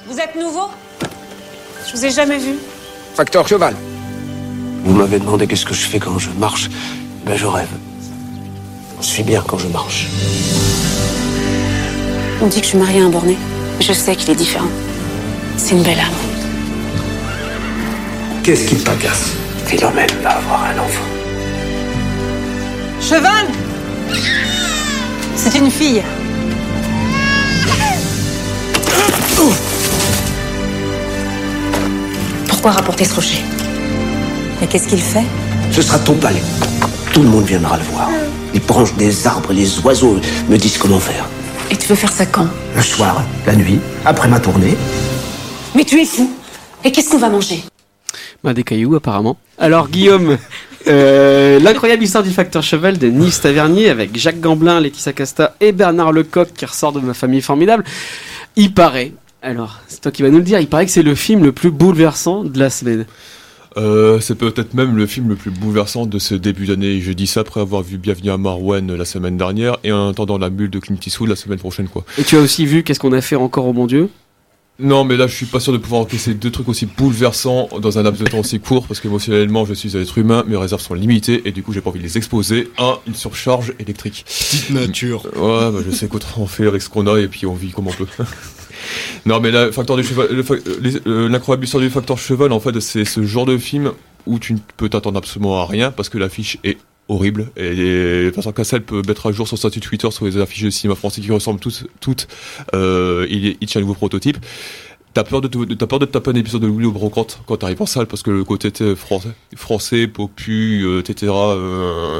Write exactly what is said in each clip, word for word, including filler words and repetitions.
Vous êtes nouveau? Je vous ai jamais vu. Facteur Cheval. Vous m'avez demandé qu'est-ce que je fais quand je marche. Ben je rêve. Je suis bien quand je marche. On dit que je suis mariée à un borné. Je sais qu'il est différent. C'est une belle âme. Qu'est-ce qui t'agace? Philomène va avoir un enfant. Cheval! C'est une fille. Pourquoi rapporter ce rocher? Mais qu'est-ce qu'il fait? Ce sera ton palais. Tout le monde viendra le voir. Les branches des arbres, les oiseaux me disent comment faire. Et tu veux faire ça quand? Le soir, la nuit, après ma tournée. Mais tu es fou. Et qu'est-ce qu'on va manger? Bah, des cailloux, apparemment. Alors, Guillaume, euh, l'incroyable histoire du facteur Cheval de Nice Tavernier avec Jacques Gamblin, Laetitia Casta et Bernard Lecoq qui ressort de Ma famille formidable. Il paraît, alors, c'est toi qui vas nous le dire, il paraît que c'est le film le plus bouleversant de la semaine. Euh, c'est peut-être même le film le plus bouleversant de ce début d'année. Je dis ça après avoir vu Bienvenue à Marouane la semaine dernière et en attendant La Mule de Clint Eastwood la semaine prochaine, quoi. Et tu as aussi vu Qu'est-ce qu'on a fait encore au bon Dieu? Non, mais là, je suis pas sûr de pouvoir encaisser deux trucs aussi bouleversants dans un laps de temps aussi court, parce qu'émotionnellement, je suis un être humain, mes réserves sont limitées, et du coup, j'ai pas envie de les exposer à une surcharge électrique. Petite nature. Ouais, bah, je sais qu'on fait avec ce qu'on a, et puis on vit comme on peut. Non, mais là, facteur du cheval, le, les, euh, l'incroyable histoire du facteur cheval, en fait, c'est ce genre de film où tu ne peux t'attendre absolument à rien, parce que l'affiche est horrible, et Vincent Cassel peut mettre à jour son statut Twitter sur les affiches de cinéma français qui ressemblent toutes, toutes euh, il, il tient un nouveau prototype. T'as peur de te, t'as peur de te taper un épisode de Louis au Brocante quand t'arrives en salle, parce que le côté français, français, popu, euh, et cetera, euh,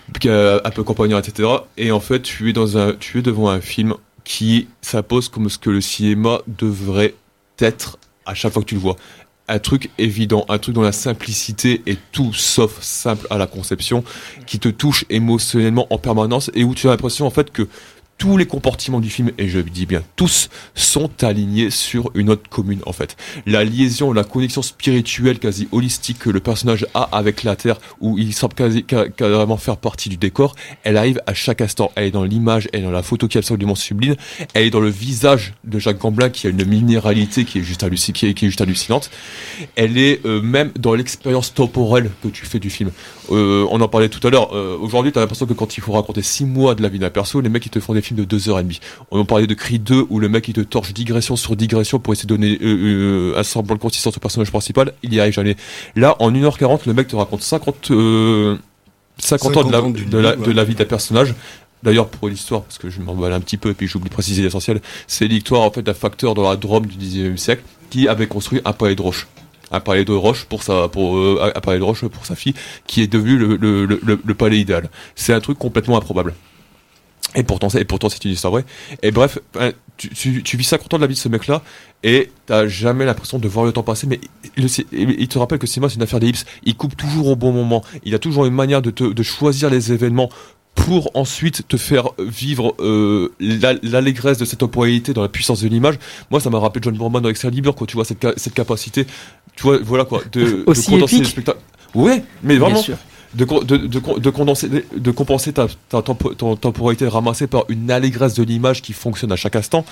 un peu campagnard, et cetera. Et en fait, tu es dans un, tu es devant un film qui s'impose comme ce que le cinéma devrait être à chaque fois que tu le vois. Un truc évident, un truc dont la simplicité est tout sauf simple à la conception, qui te touche émotionnellement en permanence et où tu as l'impression en fait que tous les comportements du film, et je dis bien tous, sont alignés sur une note commune en fait. La liaison, la connexion spirituelle quasi holistique que le personnage a avec la Terre, où il semble quasi, carrément faire partie du décor, elle arrive à chaque instant. Elle est dans l'image, elle est dans la photo qui est absolument sublime, elle est dans le visage de Jacques Gamblin qui a une minéralité qui est juste, halluc- qui est, qui est juste hallucinante. Elle est euh, même dans l'expérience temporelle que tu fais du film. Euh, on en parlait tout à l'heure. Euh, aujourd'hui, t'as l'impression que quand il faut raconter six mois de la vie d'un perso, les mecs ils te font des films de deux heures trente. On en parlait de Creed deux où le mec il te torche digression sur digression pour essayer de donner euh, euh, un semblant de consistance au personnage principal. Il y arrive jamais. Là, en une heure quarante, le mec te raconte cinquante, euh, cinquante ans de la, de la, de la vie d'un personnage. D'ailleurs, pour l'histoire, parce que je m'emballe un petit peu et puis j'oublie de préciser l'essentiel, c'est l'histoire en fait d'un facteur dans la Drôme du dix-neuvième siècle qui avait construit un palais de roche. Un palais de roche pour sa, pour, euh, un palais de roche pour sa fille, qui est devenu le, le, le, le, le palais idéal. C'est un truc complètement improbable. Et pourtant, c'est, et pourtant, c'est une histoire vraie. Et bref, tu, tu, tu vis cinquante ans de la vie de ce mec-là, et t'as jamais l'impression de voir le temps passer, mais il, il, il te rappelle que le cinéma, c'est une affaire d'ellipse. Il coupe toujours au bon moment. Il a toujours une manière de te, de choisir les événements pour ensuite te faire vivre euh, l'allégresse de cette temporalité dans la puissance de l'image. Moi, ça m'a rappelé John Boorman dans Excalibur, quoi. Tu vois, cette, cette capacité, tu vois, voilà quoi, de, aussi de condenser épique. le spectacle. Ouais, mais vraiment. De, de, de, de, condenser, de compenser ta, ta, tempo, ta temporalité ramassée par une allégresse de l'image qui fonctionne à chaque instant,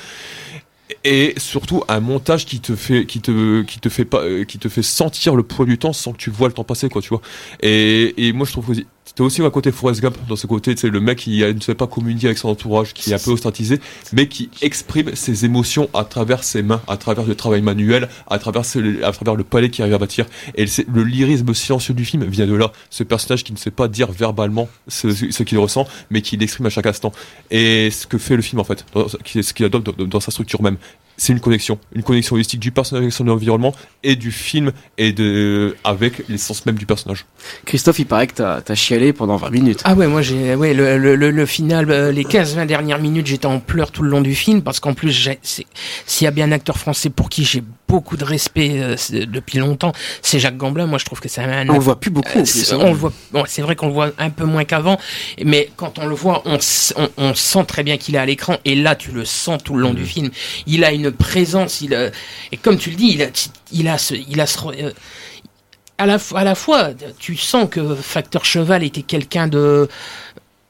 et surtout un montage qui te fait qui te qui te fait pas qui te fait sentir le poids du temps sans que tu vois le temps passer, quoi, tu vois. Et, et moi je trouve que c'était aussi un côté Forrest Gump dans ce côté, tu sais, le mec qui ne sait pas communiquer avec son entourage, qui est un peu ostratisé, mais qui exprime ses émotions à travers ses mains, à travers le travail manuel, à travers ce, à travers le palais qu'il arrive à bâtir. Et le lyrisme silencieux du film vient de là. Ce personnage qui ne sait pas dire verbalement ce, ce qu'il ressent, mais qui l'exprime à chaque instant. Et ce que fait le film en fait, ce qu'il adopte dans, dans sa structure même, c'est une connexion, une connexion holistique du personnage avec son environnement et du film et de avec l'essence même du personnage. Christophe, il paraît que t'as, t'as chialé pendant vingt minutes. Ah ouais, moi j'ai, ouais, le, le, le, le final, euh, les quinze vingt dernières minutes, j'étais en pleurs tout le long du film parce qu'en plus, j'ai, c'est, s'il y a bien un acteur français pour qui j'ai beaucoup de respect euh, depuis longtemps, c'est Jacques Gamblin. Moi, je trouve que c'est un. On le voit plus beaucoup. Euh, plus, on le voit. Bon, c'est vrai qu'on le voit un peu moins qu'avant, mais quand on le voit, on, on, on sent très bien qu'il est à l'écran. Et là, tu le sens tout le long mmh. du film. Il a une présence. Il a, et comme tu le dis, il a, il a ce, il a ce. Euh, à la, à la fois, tu sens que Facteur Cheval était quelqu'un de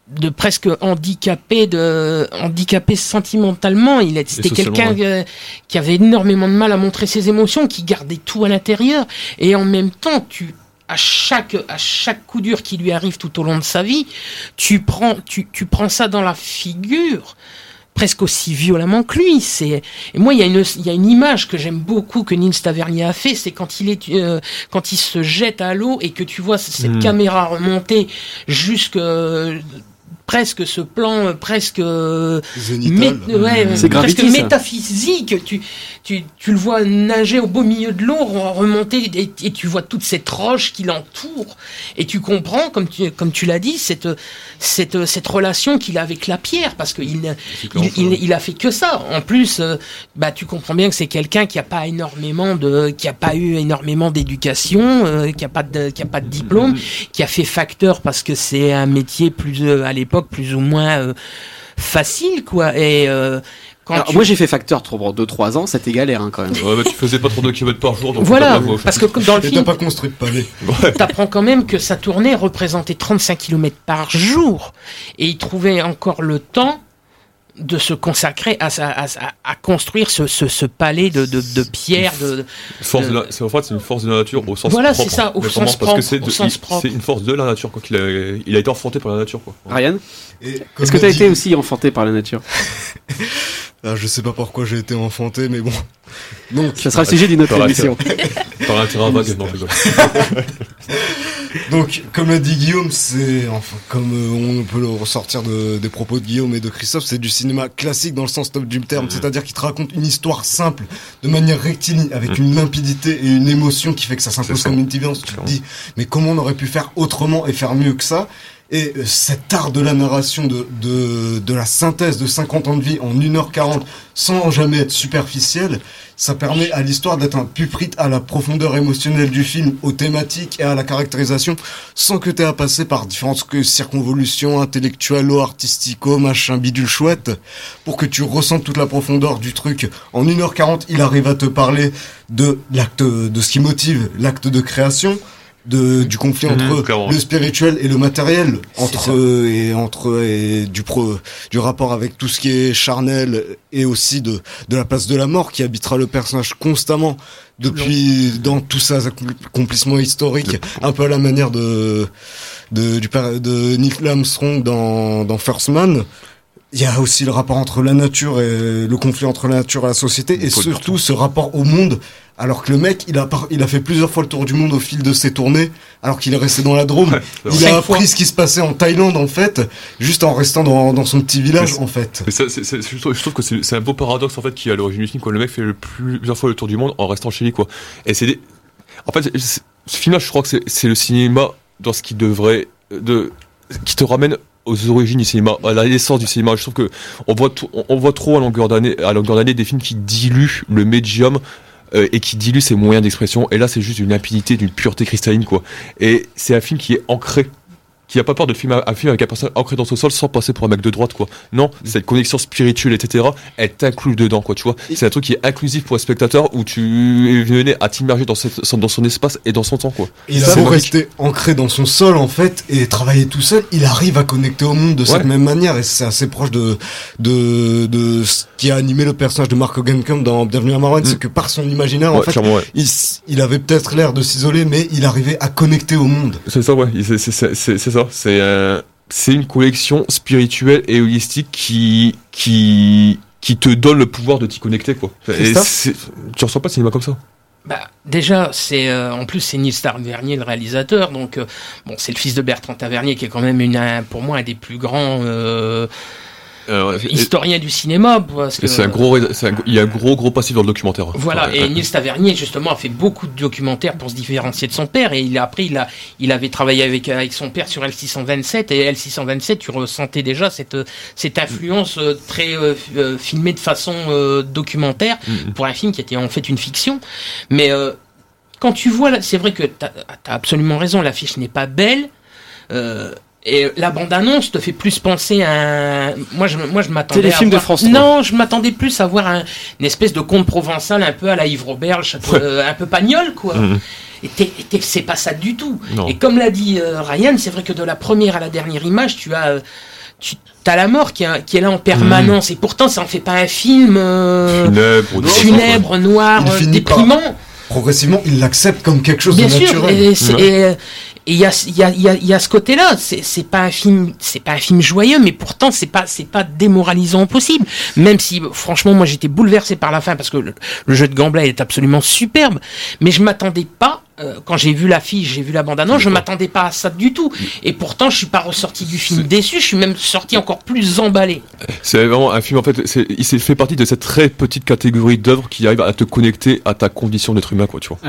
de presque handicapé, de handicapé sentimentalement. Il est, c'était quelqu'un ouais. qui avait énormément de mal à montrer ses émotions, qui gardait tout à l'intérieur, et en même temps, tu à chaque à chaque coup dur qui lui arrive tout au long de sa vie, tu prends tu tu prends ça dans la figure presque aussi violemment que lui. C'est et moi il y a une il y a une image que j'aime beaucoup que Nils Tavernier a fait, c'est quand il est euh, quand il se jette à l'eau et que tu vois cette mmh. caméra remonter jusque euh, presque ce plan presque zénital, mé- ouais, c'est presque Gravity, métaphysique. Tu, tu, tu le vois nager au beau milieu de l'eau, remonter, et, et tu vois toute cette roche qui l'entoure. Et tu comprends, comme tu, comme tu l'as dit, cette, cette, cette relation qu'il a avec la pierre, parce qu'il il, il, il, il a fait que ça. En plus, euh, bah, tu comprends bien que c'est quelqu'un qui a pas énormément de, qui a pas eu énormément d'éducation, euh, qui a pas de, qui a pas de diplôme, qui a fait facteur parce que c'est un métier plus, euh, à l'époque, plus ou moins euh, facile, quoi. Et euh, quand Alors, tu... moi j'ai fait facteur pour deux trois ans, c'était galère hein, quand même. Ouais, bah, tu faisais pas trop de kilomètres par jour, donc voilà, parce que dans le et film, t'as pas construit de palais. Ouais. t'apprends quand même que sa tournée représentait trente-cinq kilomètres par jour, et il trouvait encore le temps de se consacrer à, à, à, à construire ce, ce, ce palais de, de, de pierre. De, force de... de la, c'est, en fait, c'est une force de la nature au sens voilà, propre. Voilà, c'est ça, au sens parce propre. Que c'est, au de, sens il, propre. c'est une force de la nature, quoi, qu'il a, il a été enfanté par la nature, quoi. Ryan, Et est-ce que tu as dit... été aussi enfanté par la nature? Ah, je sais pas pourquoi j'ai été enfanté, mais bon. Donc, ça sera le sujet d'une autre par émission. Par l'intérêt vague, non, je Donc, comme l'a dit Guillaume, c'est, enfin, comme euh, on peut le ressortir de, des propos de Guillaume et de Christophe, c'est du cinéma classique dans le sens top du terme, mmh. c'est-à-dire qu'il te raconte une histoire simple, de manière rectiligne, avec mmh. une limpidité et une émotion qui fait que ça s'impose comme une évidence. Tu te dis, mais comment on aurait pu faire autrement et faire mieux que ça? Et cet art de la narration, de, de, de la synthèse de cinquante ans de vie en une heure quarante, sans jamais être superficiel, ça permet à l'histoire d'être un puprite à la profondeur émotionnelle du film, aux thématiques et à la caractérisation, sans que t'aies à passer par différentes circonvolutions intellectuelles, artistico, machin, bidule chouette, pour que tu ressentes toute la profondeur du truc. En une heure quarante, il arrive à te parler de l'acte, de ce qui motive l'acte de création, de du conflit entre mmh, le spirituel et le matériel, entre euh, et entre et du pro du rapport avec tout ce qui est charnel, et aussi de de la place de la mort qui habitera le personnage constamment depuis mmh. dans tous ses accomplissements historiques, un peu à la manière de de du père de Nick Armstrong dans dans First Man. Il y a aussi le rapport entre la nature et le conflit entre la nature et la société, et surtout ce rapport au monde, alors que le mec, il a, il a fait plusieurs fois le tour du monde au fil de ses tournées, alors qu'il est resté dans la Drôme. Ouais, il a appris fois. ce qui se passait en Thaïlande, en fait, juste en restant dans, dans son petit village, mais en fait. Mais ça, c'est, c'est, je, trouve, je trouve que c'est, c'est un beau paradoxe, en fait, qui est à l'origine du film, quoi. Le mec fait le plus, plusieurs fois le tour du monde en restant chez lui, quoi. Et c'est des... En fait, c'est, ce film-là, je crois que c'est, c'est le cinéma dans ce qui devrait, de, qui te ramène aux origines du cinéma, à la naissance du cinéma. Je trouve que on voit, t- on voit trop à longueur d'année, à longueur d'année des films qui diluent le médium euh, et qui diluent ses moyens d'expression. Et là, c'est juste d'une limpidité, d'une pureté cristalline, quoi. Et c'est un film qui est ancré, qui a pas peur de film, un film avec un personnage ancré dans ce sol sans passer pour un mec de droite, quoi. Non, cette connexion spirituelle, et cetera, elle t'inclut dedans, quoi, tu vois. C'est un truc qui est inclusif pour le spectateur, où tu es venu à t'immerger dans, cette, dans son espace et dans son temps, quoi. Et il a beau rester ancré dans son sol, en fait, et travailler tout seul, il arrive à connecter au monde de cette ouais. même manière, et c'est assez proche de, de, de ce qui a animé le personnage de Mark Hogancamp dans Bienvenue à Marwan, mmh. c'est que par son imaginaire, ouais, en fait, ouais. il, il avait peut-être l'air de s'isoler, mais il arrivait à connecter au monde. C'est ça, ouais, c'est, c'est, c'est, c'est, c'est ça. C'est, euh, c'est une collection spirituelle et holistique qui, qui, qui te donne le pouvoir de t'y connecter, quoi. C'est et ça c'est, tu ressens pas le cinéma comme ça. Bah, déjà, c'est euh, en plus c'est Nils Tavernier le réalisateur, donc euh, bon, c'est le fils de Bertrand Tavernier qui est quand même une, un, pour moi un des plus grands euh, euh, ouais, historien et, du cinéma, parce que c'est un gros, c'est un, il y a un gros gros passif dans le documentaire. Voilà, ouais, et ouais. Nils Tavernier justement a fait beaucoup de documentaires pour se différencier de son père, et il a après il a il avait travaillé avec avec son père sur L six cent vingt-sept, et L six cent vingt-sept tu ressentais déjà cette cette influence euh, très euh, euh, filmée de façon euh, documentaire mm-hmm. pour un film qui était en fait une fiction, mais euh, quand tu vois, c'est vrai que t'as, t'as absolument raison, l'affiche n'est pas belle. Euh, Et la bande-annonce te fait plus penser à un... Moi, je, moi, je m'attendais Téléfilm à voir... de France trois. Non, je m'attendais plus à voir un... une espèce de conte provençal un peu à la Yves Robert, château... ouais. euh, un peu pagnol, quoi. Mmh. Et, t'es, et t'es, c'est pas ça du tout. Non. Et comme l'a dit euh, Ryan, c'est vrai que de la première à la dernière image, tu as... Euh, tu t'as la mort qui, a, qui est là en permanence, mmh. et pourtant ça en fait pas un film euh, funèbre, noir, funèbre, noir, il finit déprimant. Par... Progressivement, il l'accepte comme quelque chose Bien de sûr, naturel. Et il y a, y, a, y, a, y a ce côté-là. C'est, c'est pas un film, c'est pas un film joyeux, mais pourtant c'est pas, c'est pas démoralisant possible. Même si, franchement, moi j'étais bouleversé par la fin parce que le, le jeu de Gamblin est absolument superbe, mais je m'attendais pas. Euh, quand j'ai vu l'affiche, j'ai vu la bande-annonce, je m'attendais pas à ça du tout. Et pourtant, je suis pas ressorti du film c'est... déçu. Je suis même sorti encore plus emballé. C'est vraiment un film. En fait, c'est, il fait partie de cette très petite catégorie d'œuvres qui arrive à te connecter à ta condition d'être humain, quoi. Tu vois.